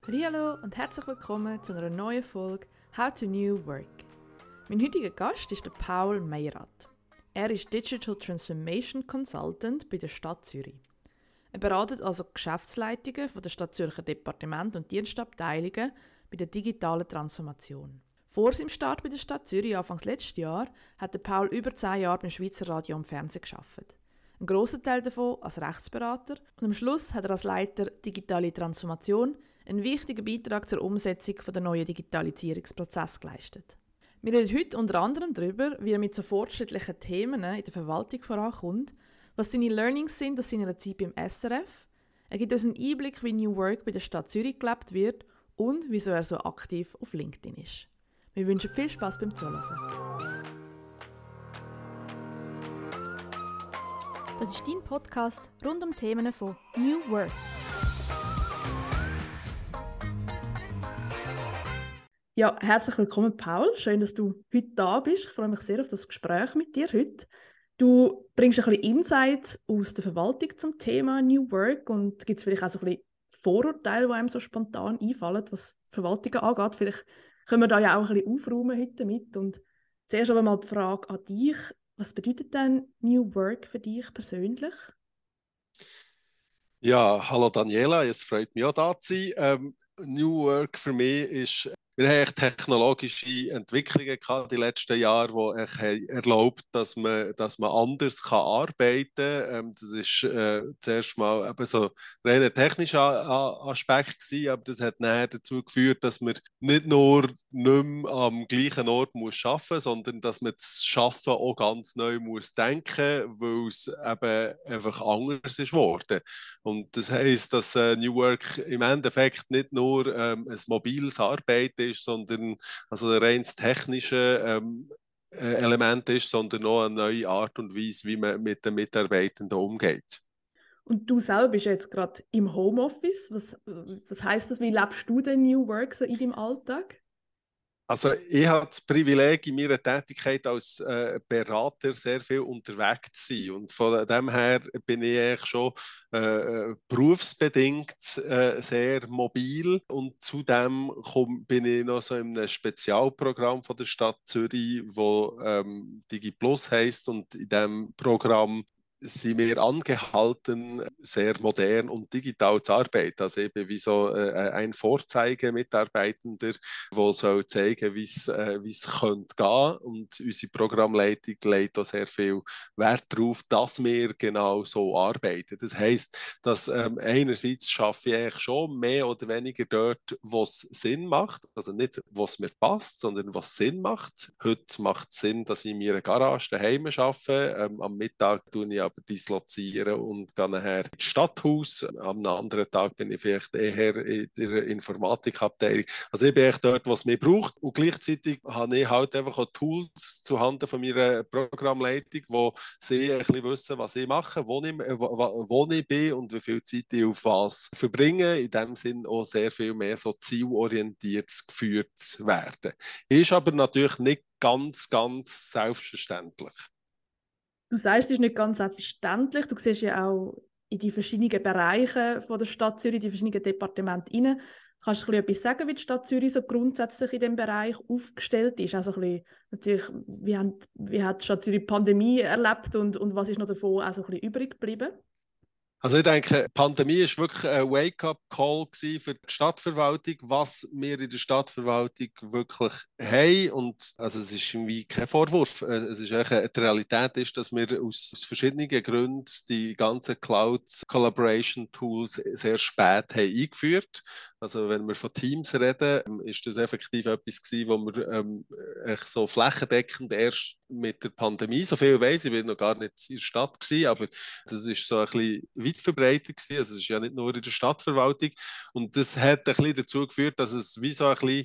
Hallo und herzlich willkommen zu einer neuen Folge How to New Work. Mein heutiger Gast ist der Paul Meyrath. Er ist Digital Transformation Consultant bei der Stadt Zürich. Er beratet also Geschäftsleitungen von der Stadt Zürcher Departement und Dienstabteilungen bei der digitalen Transformation. Vor seinem Start bei der Stadt Zürich Anfangs letztes Jahr hat der Paul über 10 Jahre beim Schweizer Radio und Fernsehen gearbeitet. Ein grosser Teil davon als Rechtsberater und am Schluss hat er als Leiter Digitale Transformation einen wichtigen Beitrag zur Umsetzung der neuen Digitalisierungsprozesse geleistet. Wir reden heute unter anderem darüber, wie er mit so fortschrittlichen Themen in der Verwaltung vorankommt, was seine Learnings sind aus seiner Zeit beim SRF. Er gibt uns einen Einblick, wie New Work bei der Stadt Zürich gelebt wird und wieso er so aktiv auf LinkedIn ist. Wir wünschen viel Spass beim Zuhören. Das ist dein Podcast rund um Themen von New Work. Ja, herzlich willkommen, Paul. Schön, dass du heute da bist. Ich freue mich sehr auf das Gespräch mit dir heute. Du bringst ein bisschen Insights aus der Verwaltung zum Thema New Work und gibt es vielleicht auch so ein bisschen Vorurteile, die einem so spontan einfallen, was Verwaltungen angeht. Vielleicht können wir da ja auch ein bisschen aufräumen heute damit. Und zuerst aber mal die Frage an dich. Was bedeutet denn New Work für dich persönlich? Ja, hallo Daniela, es freut mich auch da zu sein. New Work für mich ist, wir haben echt technologische Entwicklungen gehabt die letzten Jahre, die echt erlaubt, dass man anders kann arbeiten kann. Das ist zuerst mal eben so ein rein technischer Aspekt gewesen, aber das hat nachher dazu geführt, dass man nicht mehr am gleichen Ort arbeiten muss, sondern dass man das Schaffen auch ganz neu muss denken, weil es eben einfach anders ist geworden. Und das heisst, dass New Work im Endeffekt nicht nur ein mobiles Arbeiten ist, sondern also ein reines technische Element ist, sondern auch eine neue Art und Weise, wie man mit den Mitarbeitenden umgeht. Und du selber bist jetzt gerade im Homeoffice. Was heisst das? Wie lebst du denn New Work so in deinem Alltag? Also ich habe das Privileg, in meiner Tätigkeit als Berater sehr viel unterwegs zu sein. Und von dem her bin ich eigentlich schon berufsbedingt sehr mobil. Und zudem bin ich noch so in einem Spezialprogramm von der Stadt Zürich, wo DigiPlus heisst. Und in diesem Programm sind wir angehalten, sehr modern und digital zu arbeiten. Also eben wie so ein Vorzeigemitarbeitender, der soll zeigen, wie es könnte gehen. Und unsere Programmleitung legt auch sehr viel Wert darauf, dass wir genau so arbeiten. Das heisst, dass einerseits schaffe ich eigentlich schon mehr oder weniger dort, wo es Sinn macht. Also nicht, was mir passt, sondern was Sinn macht. Heute macht es Sinn, dass ich in meiner Garage daheim arbeite. Am Mittag tue ich aber dislozieren und gehe nachher ins Stadthaus. Am anderen Tag bin ich vielleicht eher in der Informatikabteilung. Also ich bin echt dort, was es mir braucht. Und gleichzeitig habe ich halt einfach auch Tools zuhanden von meiner Programmleitung, wo sie ein bisschen wissen, was ich mache, wo ich bin und wie viel Zeit ich auf was verbringe. In dem Sinn auch sehr viel mehr so zielorientiert geführt werden. Ist aber natürlich nicht ganz selbstverständlich. Du sagst, es ist nicht ganz selbstverständlich. Du siehst ja auch in die verschiedenen Bereiche von der Stadt Zürich, die verschiedenen Departemente rein. Kannst du etwas sagen, wie die Stadt Zürich so grundsätzlich in diesem Bereich aufgestellt ist? Also ein bisschen, natürlich, wie hat die Stadt Zürich die Pandemie erlebt und was ist noch davon auch so ein bisschen übrig geblieben? Also ich denke, die Pandemie war wirklich ein Wake-up-Call für die Stadtverwaltung, was wir in der Stadtverwaltung wirklich haben. Und also es ist irgendwie kein Vorwurf. Es ist eigentlich, die Realität ist, dass wir aus verschiedenen Gründen die ganzen Cloud-Collaboration-Tools sehr spät haben eingeführt. Also wenn wir von Teams reden, ist das effektiv etwas gewesen, wo wir echt so flächendeckend erst mit der Pandemie, so viel weiss, ich bin noch gar nicht in der Stadt gewesen, aber das ist so ein bisschen weit verbreitet gewesen. Also es ist ja nicht nur in der Stadtverwaltung. Und das hat ein bisschen dazu geführt, dass es wie so ein bisschen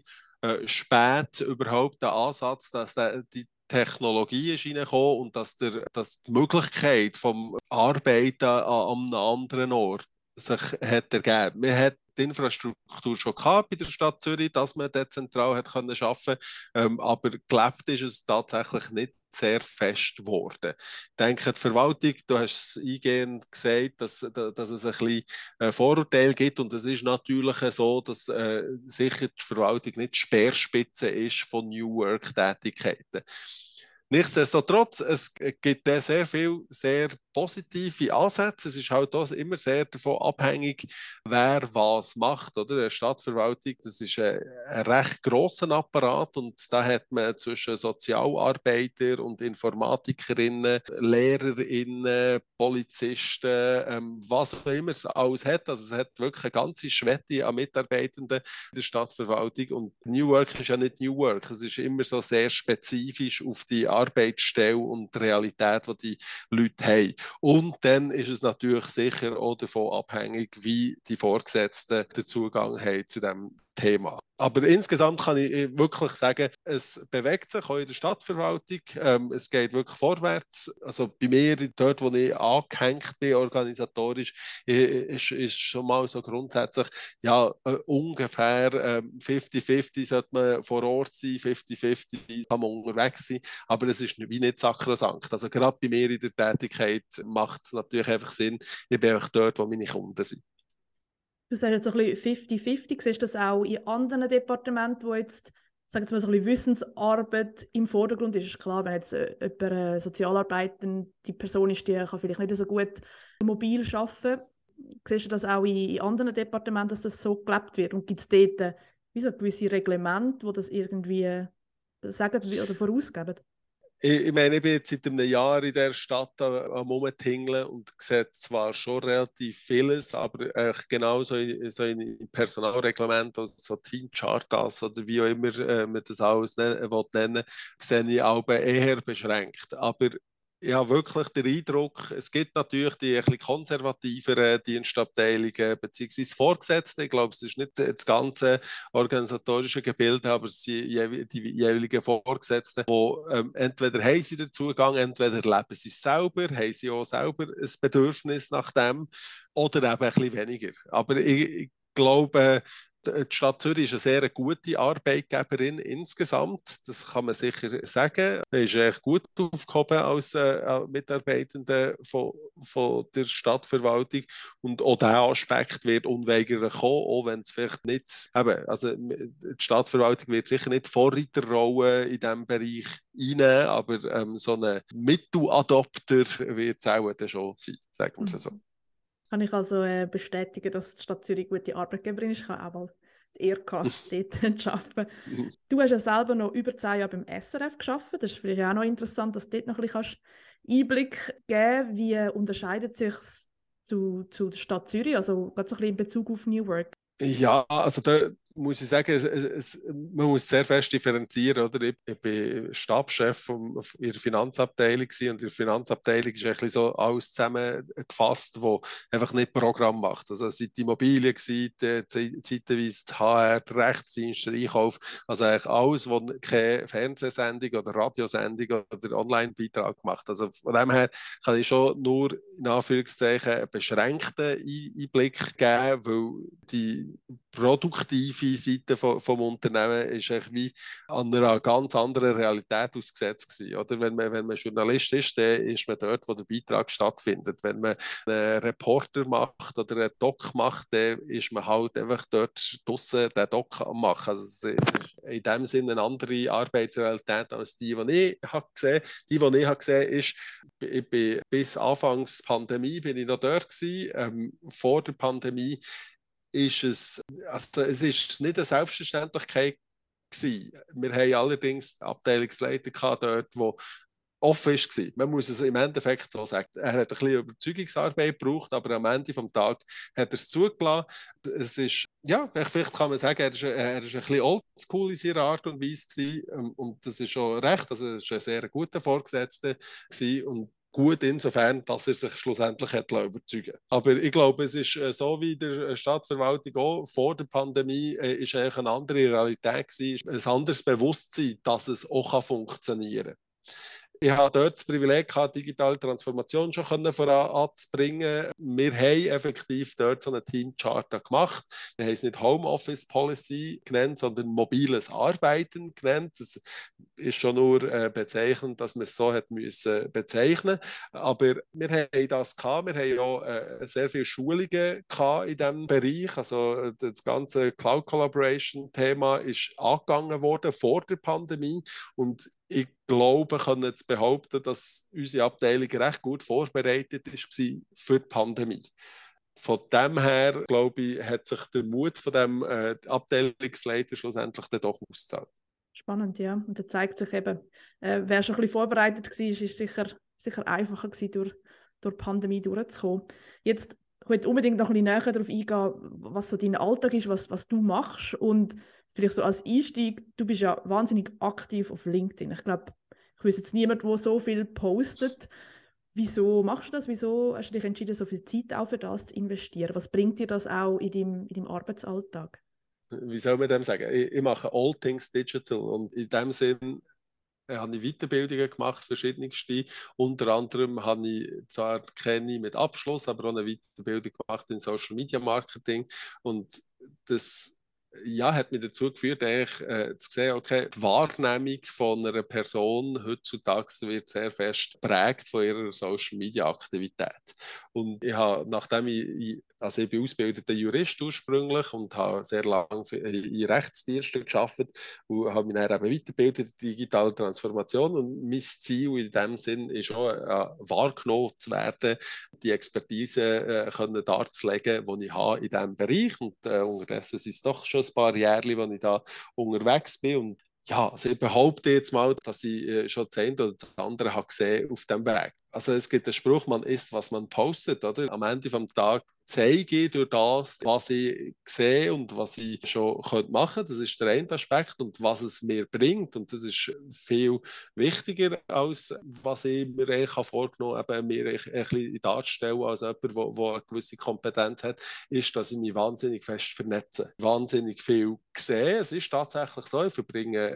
spät überhaupt der Ansatz, dass die Technologie ist reingekommen und dass die Möglichkeit vom Arbeiten an einem anderen Ort sich hat ergeben. Man hat die Infrastruktur schon gehabt bei der Stadt Zürich, dass man dezentral hat können arbeiten, aber gelebt ist es tatsächlich nicht sehr fest geworden. Ich denke, die Verwaltung, du hast es eingehend gesagt, dass es ein bisschen Vorurteile gibt und es ist natürlich so, dass sicher die Verwaltung nicht die Speerspitze ist von New Work-Tätigkeiten. Nichtsdestotrotz, es gibt sehr viele sehr positive Ansätze. Es ist halt auch immer sehr davon abhängig, wer was macht. Oder? Eine Stadtverwaltung, das ist ein recht grosser Apparat und da hat man zwischen Sozialarbeiter und Informatikerinnen, Lehrerinnen, Polizisten, was auch immer es alles hat. Also es hat wirklich eine ganze Schwette an Mitarbeitenden in der Stadtverwaltung und New Work ist ja nicht New Work. Es ist immer so sehr spezifisch auf die Arbeitsstelle und die Realität, die die Leute haben. Und dann ist es natürlich sicher auch davon abhängig, wie die Vorgesetzten den Zugang haben zu diesem Thema. Aber insgesamt kann ich wirklich sagen, es bewegt sich auch in der Stadtverwaltung. Es geht wirklich vorwärts. Also bei mir, dort, wo ich angehängt bin, organisatorisch, ist schon mal so grundsätzlich, ja, ungefähr 50-50 sollte man vor Ort sein, 50-50 kann man unterwegs sein. Aber es ist wie nicht sakrosankt. Also gerade bei mir in der Tätigkeit macht es natürlich einfach Sinn, ich bin einfach dort, wo meine Kunden sind. Du sagst jetzt so ein bisschen 50-50. Siehst du das auch in anderen Departementen, wo jetzt, sagen wir mal, so ein bisschen Wissensarbeit im Vordergrund ist? Ist klar, wenn jetzt jemand Sozialarbeit die Person ist, die kann vielleicht nicht so gut mobil arbeiten. Siehst du das auch in anderen Departementen, dass das so gelebt wird? Und gibt es dort wie so gewisse Reglemente, die das irgendwie sagen oder vorausgeben? Ich meine, ich bin jetzt seit einem Jahr in der Stadt am Rumtingeln und sehe zwar schon relativ vieles, aber genauso in Personalreglement, also so Teamchartas oder wie auch immer man das alles nennen will, sehe ich auch eher beschränkt. Aber ich habe wirklich den Eindruck, es gibt natürlich die ein bisschen konservativeren Dienstabteilungen beziehungsweise Vorgesetzte. Ich glaube, es ist nicht das ganze organisatorische Gebilde, aber es sind die jeweiligen Vorgesetzten, die entweder haben sie den Zugang, entweder leben sie es selber, haben sie auch selber ein Bedürfnis nach dem oder eben ein bisschen weniger. Aber ich glaube, die Stadt Zürich ist eine sehr gute Arbeitgeberin insgesamt, das kann man sicher sagen. Man ist echt gut aufgehoben als Mitarbeitende von der Stadtverwaltung und auch dieser Aspekt wird unweigerlich kommen, auch wenn es vielleicht nicht, eben, also die Stadtverwaltung wird sicher nicht Vorreiterrolle in diesem Bereich einnehmen, aber so ein Mitteladopter wird es auch dann schon sein, sagen wir es so. Kann ich also bestätigen, dass die Stadt Zürich eine gute Arbeitgeberin ist. Ich habe auch mal die Ehre gehabt, dort zu arbeiten. Du hast ja selber noch über 10 Jahre beim SRF gearbeitet. Das ist vielleicht auch noch interessant, dass du dort noch ein bisschen Einblick geben kannst. Wie unterscheidet sich es zu der Stadt Zürich, also gerade so ein bisschen in Bezug auf New Work? Ja, also da muss ich sagen, man muss sehr fest differenzieren, oder? Ich bin Stabschef in der Finanzabteilung gewesen, und in der Finanzabteilung ist ein bisschen so alles zusammengefasst, wo einfach nicht Programm macht. Also es sind die Immobilien gewesen, zeitweise die HR, der Rechtsdienst, der Einkauf, also eigentlich alles, was keine Fernsehsendung oder Radiosendung oder Online-Beitrag macht. Also von dem her kann ich schon nur in Anführungszeichen einen beschränkten Einblick geben, weil die produktive Seite vom Unternehmen ist wie an einer ganz anderen Realität ausgesetzt gewesen. Oder wenn man Journalist ist, dann ist man dort, wo der Beitrag stattfindet. Wenn man einen Reporter macht oder einen Doc macht, dann ist man halt einfach dort draussen den Doc am machen. Also es ist in dem Sinne eine andere Arbeitsrealität als die ich habe gesehen. Die ich habe gesehen, ist, ich bin bis Anfangs Pandemie bin ich noch dort gewesen. Vor der Pandemie ist es ist nicht eine Selbstverständlichkeit gewesen. Wir haben allerdings Abteilungsleiter dort, wo offen war. Man muss es im Endeffekt so sagen. Er hat ein bisschen Überzeugungsarbeit gebraucht, aber am Ende des Tages hat er es zugelassen. Es ist, ja, vielleicht kann man sagen, er ist ein bisschen oldschool in seiner Art und Weise gewesen. Und das ist schon recht. Also, er war ein sehr guter Vorgesetzter gewesen und gut insofern, dass er sich schlussendlich hat überzeugen. Aber ich glaube, es ist so wie der Stadtverwaltung auch vor der Pandemie ist eigentlich eine andere Realität gewesen, ein anderes Bewusstsein, dass es auch funktionieren kann. Ich habe dort das Privileg gehabt, digitale Transformation schon voranzubringen. Wir haben effektiv dort so eine Teamcharta gemacht. Wir haben es nicht Homeoffice Policy genannt, sondern mobiles Arbeiten genannt. Das ist schon nur bezeichnend, dass man es so hat müssen bezeichnen. Aber wir haben das gehabt. Wir haben auch sehr viele Schulungen gehabt in diesem Bereich. Also das ganze Cloud Collaboration Thema ist angegangen worden vor der Pandemie. Und ich glaube, können zu behaupten, dass unsere Abteilung recht gut vorbereitet war für die Pandemie. Von dem her, glaube ich, hat sich der Mut von dem Abteilungsleiter schlussendlich dann doch ausgezahlt. Spannend, ja. Und da zeigt sich eben, wer schon ein bisschen vorbereitet war, ist sicher einfacher gewesen, durch die Pandemie durchzukommen. Jetzt, ich möchte unbedingt noch ein bisschen näher darauf eingehen, was so dein Alltag ist, was du machst. Und vielleicht so als Einstieg, du bist ja wahnsinnig aktiv auf LinkedIn. Ich glaube, ich wüsste jetzt niemand, der so viel postet. Wieso machst du das? Wieso hast du dich entschieden, so viel Zeit auch für das zu investieren? Was bringt dir das auch in deinem Arbeitsalltag? Wie soll man dem sagen? Ich mache all things digital und in dem Sinn habe ich Weiterbildungen gemacht, verschiedenste. Unter anderem habe ich zwar keine mit Abschluss, aber auch eine Weiterbildung gemacht in Social Media Marketing und das ja, hat mich dazu geführt, eigentlich, zu sehen, okay, die Wahrnehmung von einer Person heutzutage wird sehr fest geprägt von ihrer Social Media Aktivität. Und ich habe, nachdem also ich bin ausgebildeter Jurist ursprünglich und habe sehr lange in Rechtsdiensten gearbeitet und habe mich dann eben weitergebildet in digitale Transformation. Und mein Ziel in dem Sinn ist auch, wahrgenommen zu werden, die Expertise können darzulegen, die ich habe in diesem Bereich. Und unterdessen sind es doch schon ein paar Jahre, wo ich da unterwegs bin. Und ja, also ich behaupte jetzt mal, dass ich schon das eine oder das andere habe gesehen auf dem Weg. Also es gibt den Spruch, man isst, was man postet, oder? Am Ende des Tages zeige ich durch das, was ich sehe und was ich schon machen könnte. Das ist der eine Aspekt und was es mir bringt. Und das ist viel wichtiger, als was ich mir eigentlich vorgenommen habe, mir ein bisschen darzustellen als jemand, der eine gewisse Kompetenz hat, ist, dass ich mich wahnsinnig fest vernetze. Wahnsinnig viel sehe. Es ist tatsächlich so, ich verbringe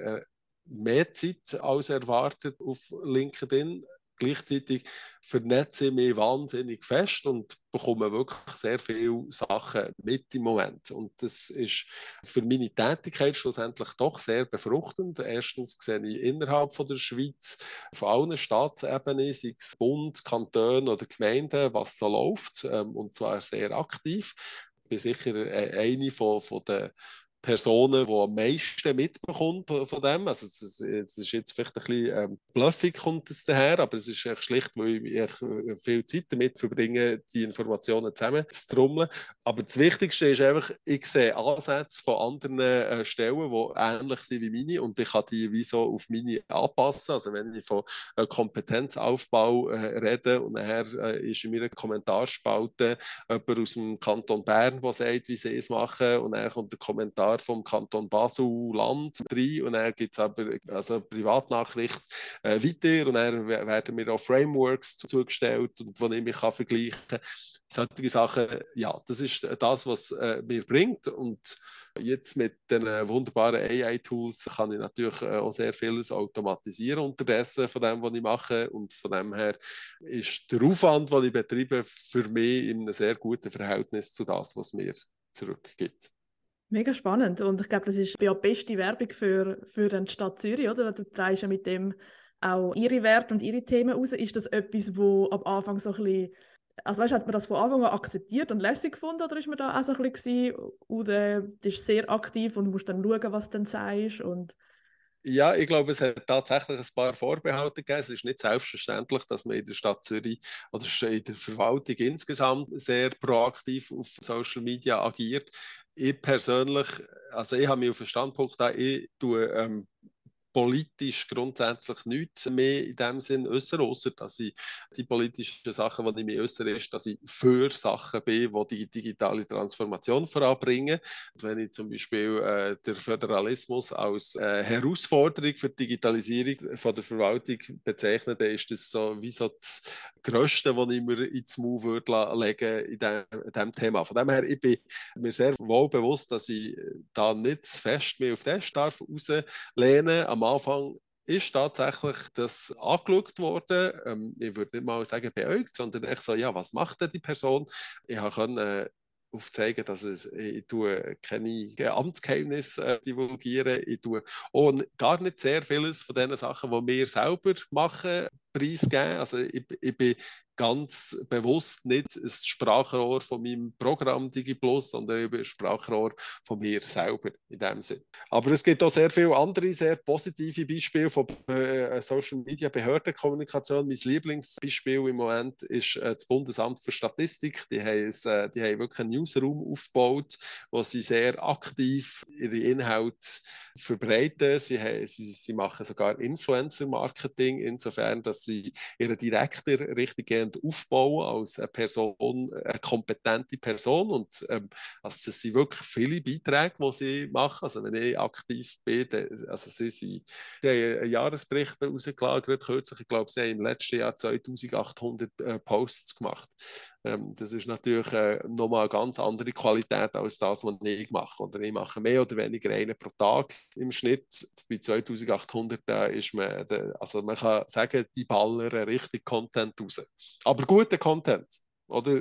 mehr Zeit als erwartet auf LinkedIn. Gleichzeitig vernetze ich mich wahnsinnig fest und bekomme wirklich sehr viele Sachen mit im Moment. Und das ist für meine Tätigkeit schlussendlich doch sehr befruchtend. Erstens sehe ich innerhalb von der Schweiz auf allen Staatsebenen, sei es Bund, Kanton oder Gemeinden, was so läuft, und zwar sehr aktiv. Ich bin sicher eine von den Personen, die am meisten mitbekommt von dem. Also es ist jetzt vielleicht ein bisschen bluffig, kommt es daher, aber es ist echt schlicht, weil ich viel Zeit damit verbringe, die Informationen zusammenzutrommeln. Aber das Wichtigste ist einfach, ich sehe Ansätze von anderen Stellen, die ähnlich sind wie meine und ich kann die wie so auf meine anpassen. Also wenn ich von Kompetenzaufbau rede und nachher ist in meiner Kommentarspalte jemand aus dem Kanton Bern, der sagt, wie sie es machen und dann kommt der Kommentar vom Kanton Basel-Land rein und dann gibt es aber also eine Privatnachricht weiter und dann werden mir auch Frameworks zugestellt und wo ich mich kann vergleichen kann. Solche Sachen, ja, das ist das, was mir bringt und jetzt mit den wunderbaren AI-Tools kann ich natürlich auch sehr vieles automatisieren unterdessen von dem, was ich mache und von dem her ist der Aufwand, den ich betreibe, für mich in einem sehr guten Verhältnis zu das, was mir zurückgibt. Mega spannend und ich glaube, das ist ja die beste Werbung für die Stadt Zürich, oder? Du trägst ja mit dem auch ihre Werte und ihre Themen raus. Ist das etwas, wo am Anfang so ein bisschen, also weißt, hat man das von Anfang an akzeptiert und lässig gefunden oder ist man da auch so ein bisschen oder du bist sehr aktiv und musst dann schauen, was du dann sagst und ja, ich glaube, es hat tatsächlich ein paar Vorbehalte gegeben. Es ist nicht selbstverständlich, dass man in der Stadt Zürich oder in der Verwaltung insgesamt sehr proaktiv auf Social Media agiert. Ich persönlich, also ich habe mich auf den Standpunkt, ich tue politisch grundsätzlich nichts mehr in dem Sinn äußern, außer dass ich die politischen Sachen, die ich mir äußere, ist, dass ich für Sachen bin, die die digitale Transformation voranbringen. Und wenn ich zum Beispiel den Föderalismus als Herausforderung für die Digitalisierung von der Verwaltung bezeichne, dann ist das so wie so das Größte, was ich mir ins Maul würde legen in diesem Thema. Von dem her, ich bin mir sehr wohl bewusst, dass ich da nicht zu fest mehr auf das darf rauslehnen. Am Anfang ist tatsächlich das angeschaut worden. Ich würde nicht mal sagen beäugt, sondern echt so, ja, was macht denn die Person? Ich konnte aufzeigen, dass ich keine Amtsgeheimnisse divulgiere. Ich tue auch gar nicht sehr vieles von den Sachen, die wir selber machen, preisgeben. Also ich bin ganz bewusst nicht ein Sprachrohr von meinem Programm DigiPlus, sondern ich bin ein Sprachrohr von mir selber in dem Sinn. Aber es gibt auch sehr viele andere, sehr positive Beispiele von Social Media Behördenkommunikation. Mein Lieblingsbeispiel im Moment ist das Bundesamt für Statistik. Die haben wirklich einen Newsroom aufgebaut, wo sie sehr aktiv ihre Inhalte verbreiten. Sie machen sogar Influencer-Marketing, insofern, dass sie ihren Direktor richtig gerne aufbauen als eine kompetente Person. Und also das sind wirklich viele Beiträge, die sie machen. Also wenn ich aktiv bin, also sie haben einen Jahresbericht rausgeladen, gerade kürzlich. Ich glaube, sie haben im letzten Jahr 2800 Posts gemacht. Das ist natürlich nochmal eine ganz andere Qualität als das, was ich mache. Oder ich mache mehr oder weniger einen pro Tag im Schnitt. Bei 2800 ist also man kann sagen, die ballern richtig Content raus. Aber guter Content. Oder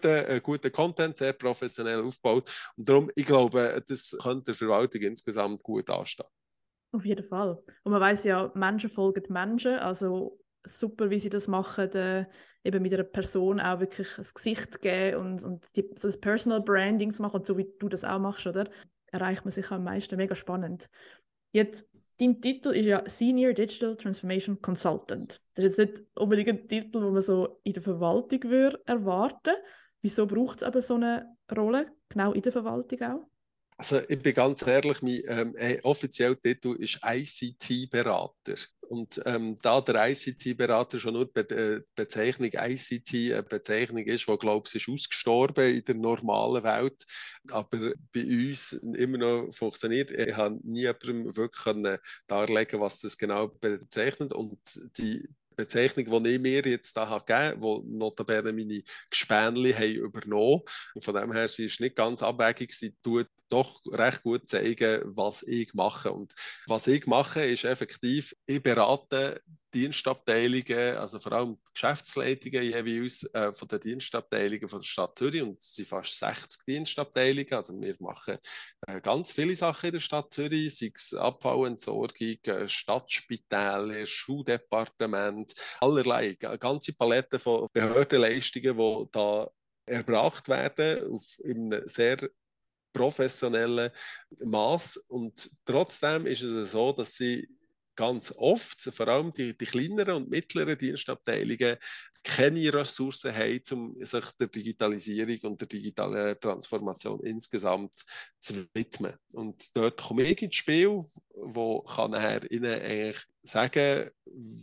guter Content, sehr professionell aufgebaut. Und darum, ich glaube, das könnte der Verwaltung insgesamt gut anstehen. Auf jeden Fall. Und man weiß ja, Menschen folgen Menschen, also super, wie sie das machen, eben mit einer Person auch wirklich ein Gesicht geben und so das Personal Branding zu machen, und so wie du das auch machst, oder? Erreicht man sich am meisten. Mega spannend. Jetzt, dein Titel ist ja Senior Digital Transformation Consultant. Das ist jetzt nicht unbedingt ein Titel, den man so in der Verwaltung erwarten würde. Wieso braucht es aber so eine Rolle, genau in der Verwaltung auch? Also ich bin ganz ehrlich, mein offizieller Titel ist ICT-Berater. Und da der ICT-Berater schon nur die Bezeichnung ICT eine Bezeichnung ist, die, glaube ich, ist ausgestorben in der normalen Welt, aber bei uns immer noch funktioniert. Ich habe nie jemandem wirklich darlegen, was das genau bezeichnet. Und die Bezeichnung, die ich mir jetzt da habe gegeben habe, die notabene meine Gespänli haben übernommen. Und von dem her, sie ist nicht ganz abwegig, sie tut doch recht gut zeigen, was ich mache. Und was ich mache, ist effektiv, ich berate Dienstabteilungen, also vor allem Geschäftsleitungen jeweils von den Dienstabteilungen von der Stadt Zürich, und es sind fast 60 Dienstabteilungen, also wir machen ganz viele Sachen in der Stadt Zürich, sei es Abfallentsorgung, Stadtspitäle, Schuldepartement, allerlei, eine ganze Palette von Behördenleistungen, die da erbracht werden in einem sehr professionellen Maß. Und trotzdem ist es so, dass sie ganz oft, vor allem die kleineren und mittleren Dienstabteilungen, keine Ressourcen haben, um sich der Digitalisierung und der digitalen Transformation insgesamt zu widmen. Und dort komme ich ins Spiel, wo kann nachher ihnen eigentlich sagen,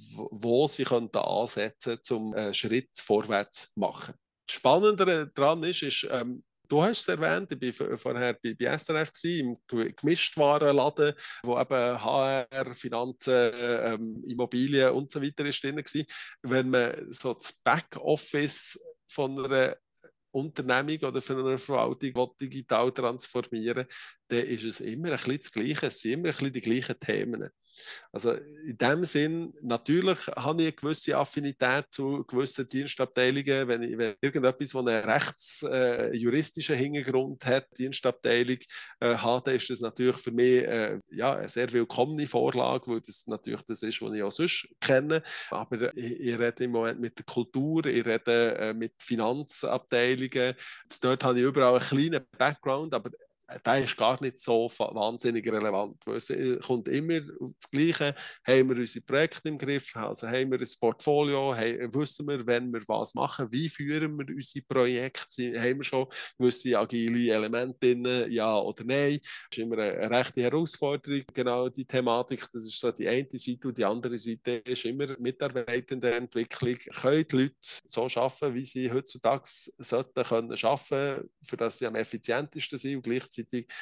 wo sie ansetzen können, um einen Schritt vorwärts zu machen. Das Spannende daran ist du hast es erwähnt, ich war vorher bei SRF im Gemischtwarenladen, wo eben HR, Finanzen, Immobilien und so weiter ist drin war. Wenn man so das Backoffice von einer Unternehmung oder von einer Verwaltung digital transformieren, dann ist es immer ein bisschen das Gleiche. Es sind immer ein bisschen die gleichen Themen. Also in dem Sinn, natürlich habe ich eine gewisse Affinität zu gewissen Dienstabteilungen. Wenn irgendetwas, das einen rechtsjuristischen Hintergrund hat, Dienstabteilung hat, dann ist das natürlich für mich eine sehr willkommene Vorlage, weil das natürlich das ist, was ich auch sonst kenne. Aber ich rede im Moment mit der Kultur, ich rede mit Finanzabteilungen. Dort habe ich überall einen kleinen Background, aber der ist gar nicht so wahnsinnig relevant. Es kommt immer das Gleiche. Haben wir unsere Projekte im Griff? Also haben wir ein Portfolio? Wissen wir, wenn wir was machen? Wie führen wir unsere Projekte? Haben wir schon gewisse agile Elemente drin? Ja oder nein? Das ist immer eine rechte Herausforderung. Genau die Thematik, das ist so die eine Seite, und die andere Seite ist immer Mitarbeitendenentwicklung. Können die Leute so arbeiten, wie sie heutzutage sollten können arbeiten, für das sie am effizientesten sind, und gleichzeitig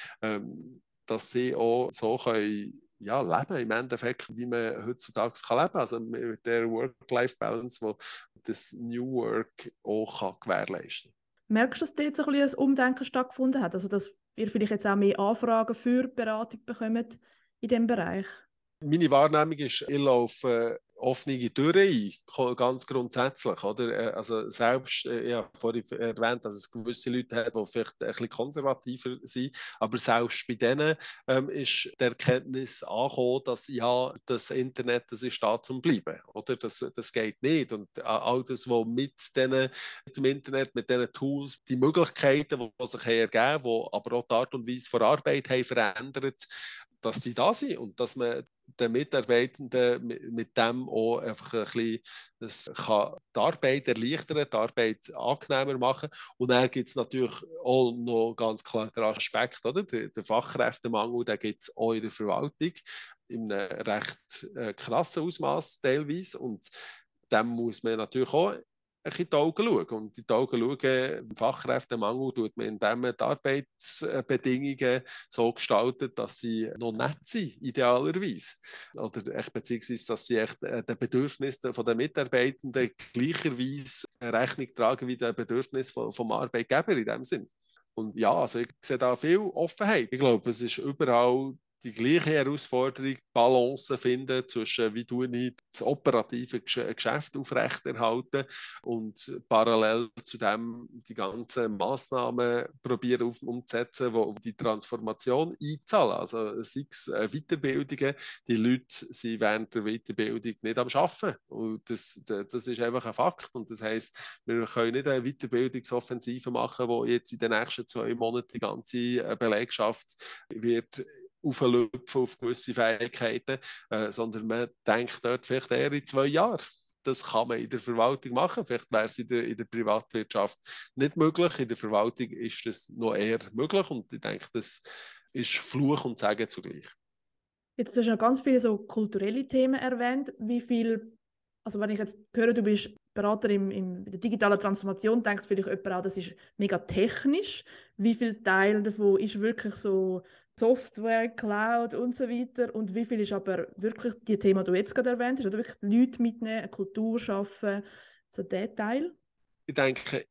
dass sie auch so können, ja, leben im Endeffekt, wie man heutzutage kann leben kann. Also mit der Work-Life-Balance, die das New Work auch kann gewährleisten kann. Merkst du, dass dort so ein bisschen ein Umdenken stattgefunden hat? Also, dass ihr vielleicht jetzt auch mehr Anfragen für Beratung bekommt in diesem Bereich? meine Wahrnehmung ist, ich laufe offene Türen ein, ganz grundsätzlich. Oder? Also selbst, ich habe vorhin erwähnt, dass es gewisse Leute hat, die vielleicht ein bisschen konservativer sind, aber selbst bei denen ist die Erkenntnis angekommen, dass ja, das Internet, das ist da zum Bleiben. Oder? Das geht nicht. Und all das, was mit dem Internet, mit diesen Tools, die Möglichkeiten, die sich ergeben haben, die aber auch die Art und Weise von Arbeit haben verändert, dass die da sind und dass man den Mitarbeitenden mit dem auch einfach ein bisschen, das kann die Arbeit erleichtern, die Arbeit angenehmer machen. Und dann gibt es natürlich auch noch ganz klar den Aspekt, oder? Der Fachkräftemangel, den gibt es auch in der Verwaltung in einem recht krassen Ausmaß teilweise. Und dem muss man natürlich auch ein bisschen in die Augen schauen. Und in die Augen schauen, im Fachkräftemangel tut man, indem man die Arbeitsbedingungen so gestaltet, dass sie noch nett sind, idealerweise. Oder echt, beziehungsweise, dass sie echt den Bedürfnissen der Mitarbeitenden gleicherweise Rechnung tragen wie den Bedürfnissen vom Arbeitgeber in dem Sinn. Und ja, also ich sehe da viel Offenheit. Ich glaube, es ist überall die gleiche Herausforderung, die Balance finden zwischen, wie tue ich das operative Geschäft aufrechterhalten und parallel zu dem die ganzen Massnahmen probieren umzusetzen, die die Transformation einzahlen. Also sei es Weiterbildungen, die Leute sind während der Weiterbildung nicht am Arbeiten. Und das ist einfach ein Fakt. Und das heisst, wir können nicht eine Weiterbildungsoffensive machen, wo jetzt in den nächsten 2 Monaten die ganze Belegschaft wird auflöpfen auf gewisse Fähigkeiten, sondern man denkt dort vielleicht eher in 2 Jahren. Das kann man in der Verwaltung machen. Vielleicht wäre es in der Privatwirtschaft nicht möglich. In der Verwaltung ist das noch eher möglich. Und ich denke, das ist Fluch und Segen zugleich. Jetzt hast du noch ganz viele so kulturelle Themen erwähnt. Wie viel, also wenn ich jetzt höre, du bist Berater in der digitalen Transformation, denkt vielleicht jemand auch, das ist mega technisch. Wie viel Teil davon ist wirklich so Software, Cloud und so weiter? Und wie viel ist aber wirklich die Themen, die du jetzt gerade erwähnt hast, oder wirklich Leute mitnehmen, eine Kultur schaffen, so der Teil? Ich denke,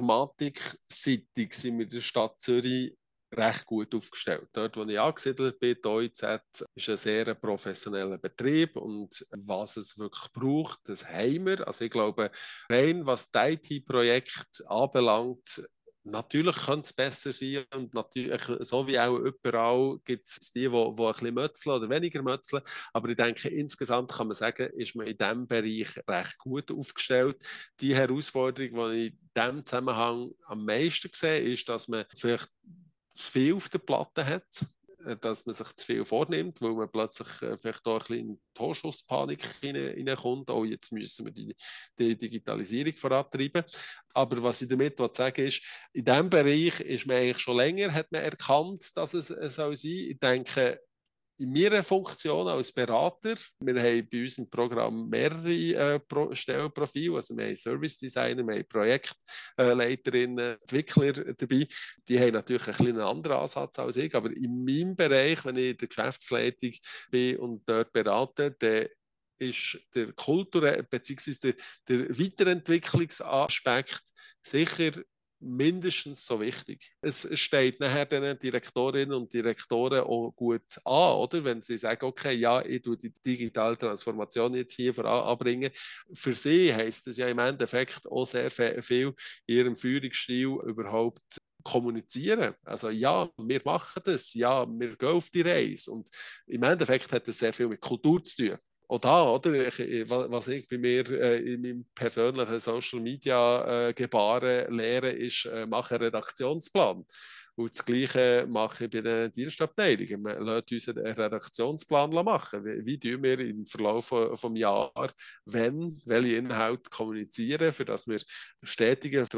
informatikseitig sind wir in der Stadt Zürich recht gut aufgestellt. Dort, wo ich angesiedelt bin, die OIZ, ist ein sehr professioneller Betrieb und was es wirklich braucht, das haben wir. Also ich glaube, rein was die IT-Projekte anbelangt, natürlich könnte es besser sein und natürlich, so wie auch überall, gibt es die, die ein bisschen mötzeln oder weniger mötzeln. Aber ich denke, insgesamt kann man sagen, ist man in diesem Bereich recht gut aufgestellt. Die Herausforderung, die ich in diesem Zusammenhang am meisten sehe, ist, dass man vielleicht zu viel auf der Platte hat, dass man sich zu viel vornimmt, weil man plötzlich vielleicht auch ein bisschen in die Torschusspanik hineinkommt. Oh, jetzt müssen wir die Digitalisierung vorantreiben. Aber was ich damit sagen ist, in diesem Bereich ist man eigentlich schon länger, hat man erkannt, dass es soll sein. Ich denke, in meiner Funktion als Berater, wir haben bei uns im Programm mehrere Stellenprofile, also wir haben Service Designer, wir haben Projektleiterinnen, Entwickler dabei, die haben natürlich ein bisschen einen anderen Ansatz als ich, aber in meinem Bereich, wenn ich in der Geschäftsleitung bin und dort berate, dann ist der kulturelle bzw. der Weiterentwicklungsaspekt sicher mindestens so wichtig. Es steht nachher den Direktorinnen und Direktoren auch gut an, oder? Wenn sie sagen, okay, ja, ich tue die digitale Transformation jetzt hier voranbringen. Für sie heisst das ja im Endeffekt auch sehr viel in ihrem Führungsstil überhaupt kommunizieren. Also ja, wir machen das, ja, wir gehen auf die Reise. Und im Endeffekt hat das sehr viel mit Kultur zu tun. Auch da, oder? Was ich bei mir in meinem persönlichen Social Media Gebaren lehre, ist, mache einen Redaktionsplan. Und das Gleiche mache ich bei den Dienstabteilungen. Wir lassen uns einen Redaktionsplan machen. Wie tun wir im Verlauf des Jahres, welche Inhalte kommunizieren, für dass wir stetigen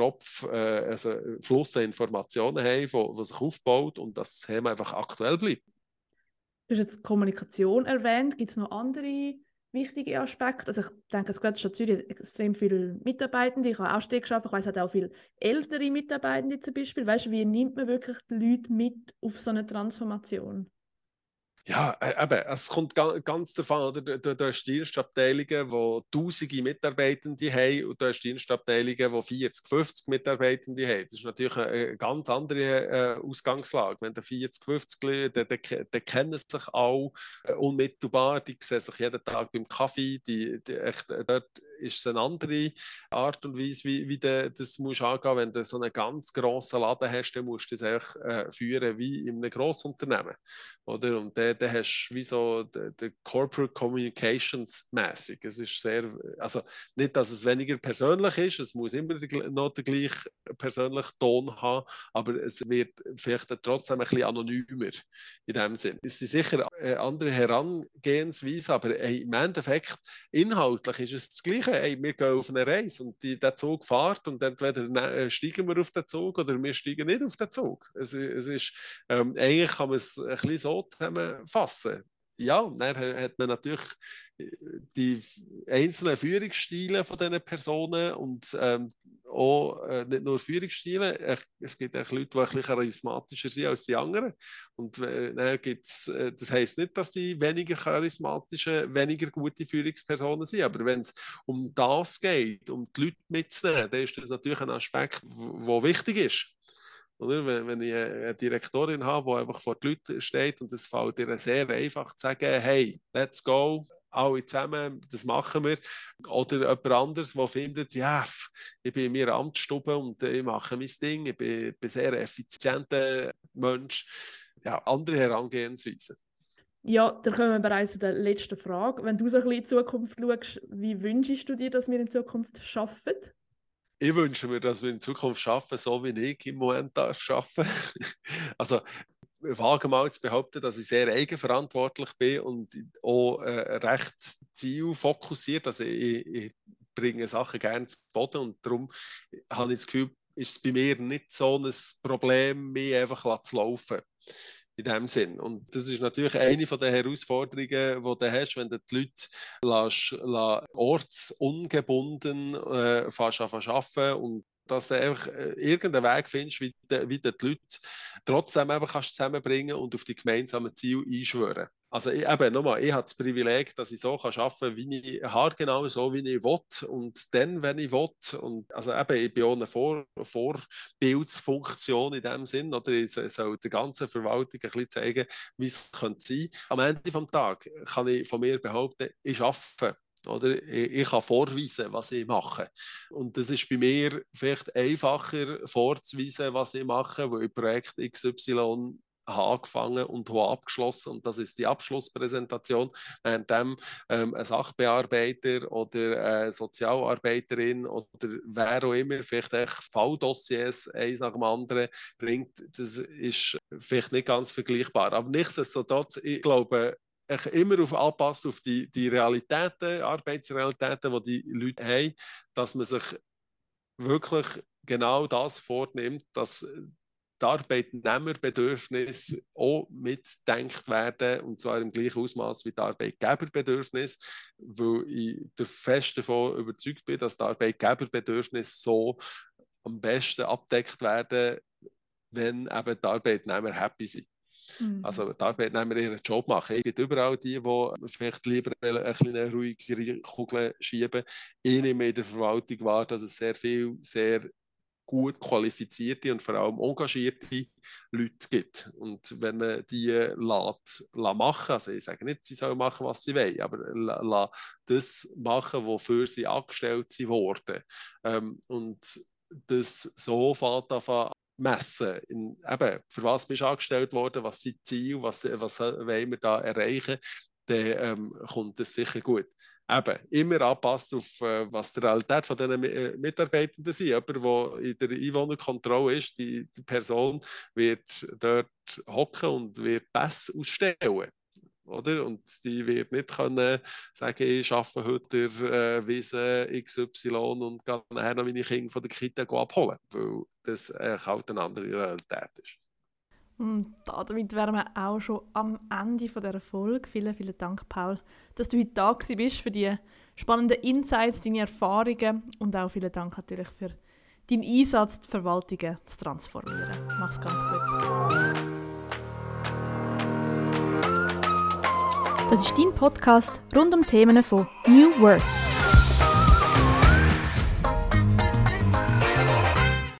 also Fluss an Informationen haben, der sich aufbaut und das Thema einfach aktuell bleibt. Du hast jetzt Kommunikation erwähnt. Gibt es noch andere wichtige Aspekte? Also ich denke, jetzt gerade in Stadt Zürich hat extrem viele Mitarbeitende. Ich habe auch Städte geschafft. Ich weiss, es hat auch viele ältere Mitarbeitende zum Beispiel. Weißt du, wie nimmt man wirklich die Leute mit auf so eine Transformation? Ja, eben, es kommt ganz davon, oder? Du hast Dienstabteilungen, die tausende Mitarbeitende haben und du hast Dienstabteilungen, die 40, 50 Mitarbeitende haben. Das ist natürlich eine ganz andere Ausgangslage. Wenn du 40, 50 Leute, dann kennen sich alle unmittelbar, die sehen sich jeden Tag beim Kaffee. Dort ist es eine andere Art und Weise, wie du das musst angehen. Wenn du so einen ganz grossen Laden hast, dann musst du das eigentlich führen wie in einem Grossunternehmen. Oder? Und dann hast du wie so die Corporate Communications mäßig. Es ist sehr, also nicht, dass es weniger persönlich ist, es muss immer noch den gleichen persönlichen Ton haben, aber es wird vielleicht trotzdem ein bisschen anonymer in dem Sinn. Es sind sicher andere Herangehensweise, aber im Endeffekt, inhaltlich ist es das Gleiche. Wir gehen auf eine Reise und der Zug fährt und entweder steigen wir auf den Zug oder wir steigen nicht auf den Zug. Es ist, eigentlich kann man es ein bisschen so zusammenfassen. Ja, dann hat man natürlich die einzelnen Führungsstile von diesen Personen und auch nicht nur Führungsstile, es gibt auch Leute, die ein bisschen charismatischer sind als die anderen. Und dann gibt's, das heisst nicht, dass die weniger charismatischen, weniger gute Führungspersonen sind, aber wenn es um das geht, um die Leute mitzunehmen, dann ist das natürlich ein Aspekt, der wichtig ist. Oder? Wenn ich eine Direktorin habe, die einfach vor den Leuten steht und es fällt ihr sehr einfach zu sagen, hey, let's go, alle zusammen, das machen wir. Oder jemand anderes, der findet, ja, ich bin in meiner Amtsstube und ich mache mein Ding, ich bin ein sehr effizienter Mensch. Ja, andere Herangehensweise. Ja, dann kommen wir bereits zu der letzten Frage. Wenn du so ein bisschen in die Zukunft schaust, wie wünschst du dir, dass wir in Zukunft arbeiten? Ich wünsche mir, dass wir in Zukunft arbeiten, so wie ich im Moment arbeiten. Also, ich wage mal zu behaupten, dass ich sehr eigenverantwortlich bin und auch recht zielfokussiert. Also ich bringe Sachen gerne zu Boden und darum habe ich das Gefühl, ist es bei mir nicht so ein Problem, mich einfach zu laufen. In dem Sinn. Und das ist natürlich eine der Herausforderungen, die du hast, wenn du die Leute ortsungebunden fast arbeiten und dass du einfach irgendeinen Weg findest, wie du die Leute trotzdem eben kannst zusammenbringen und auf die gemeinsamen Ziele einschwören. Also eben nochmal, ich habe das Privileg, dass ich so arbeiten kann, wie ich haargenau so, wie ich will und dann, wenn ich will. Und also eben, ich bin auch eine Vorbildsfunktion in dem Sinn, oder ich soll der ganzen Verwaltung ein bisschen zeigen, wie es könnte sein. Am Ende des Tages kann ich von mir behaupten, ich arbeite. Oder ich kann vorweisen, was ich mache. Und das ist bei mir vielleicht einfacher vorzuweisen, was ich mache, weil ich Projekt XY habe angefangen und habe abgeschlossen. Und das ist die Abschlusspräsentation, währenddem ein Sachbearbeiter oder eine Sozialarbeiterin oder wer auch immer vielleicht Falldossiers eins nach dem anderen bringt. Das ist vielleicht nicht ganz vergleichbar. Aber nichtsdestotrotz, ich glaube, immer anpassen auf die Realitäten, Arbeitsrealitäten, die die Leute haben, dass man sich wirklich genau das vornimmt, dass die Arbeitnehmerbedürfnisse auch mitgedacht werden, und zwar im gleichen Ausmaß wie die Arbeitgeberbedürfnisse, weil ich fest davon überzeugt bin, dass die Arbeitgeberbedürfnisse so am besten abgedeckt werden, wenn eben die Arbeitnehmer happy sind. Also die Arbeitnehmer ihren Job machen. Es gibt überall die vielleicht lieber eine kleine ruhigere Kugel schieben. Ich nehme in der Verwaltung wahr, dass es sehr viel, sehr gut qualifizierte und vor allem engagierte Leute gibt. Und wenn man die lässt machen, also ich sage nicht, sie sollen machen, was sie wollen, aber das machen, wofür sie angestellt wurden. Und das so fängt an messen. Eben, für was bist du angestellt worden, was sind die Ziele, was wollen wir da erreichen, dann kommt es sicher gut. Eben, immer angepasst auf was die Realität von diesen Mitarbeitenden sind. Jemand, der in der Einwohnerkontrolle ist, die Person wird dort hocken und wird Pässe ausstellen. Oder? Und die wird nicht können sagen, ich arbeite heute der Wiese XY und gehe nachher noch meine Kinder von der Kita abholen, weil das halt eine andere Realität ist. Und damit wären wir auch schon am Ende dieser Folge. Vielen, vielen Dank, Paul, dass du heute da bist für die spannenden Insights, deine Erfahrungen und auch vielen Dank natürlich für deinen Einsatz, die Verwaltungen zu transformieren. Mach's ganz gut. Das ist dein Podcast rund um Themen von New Work.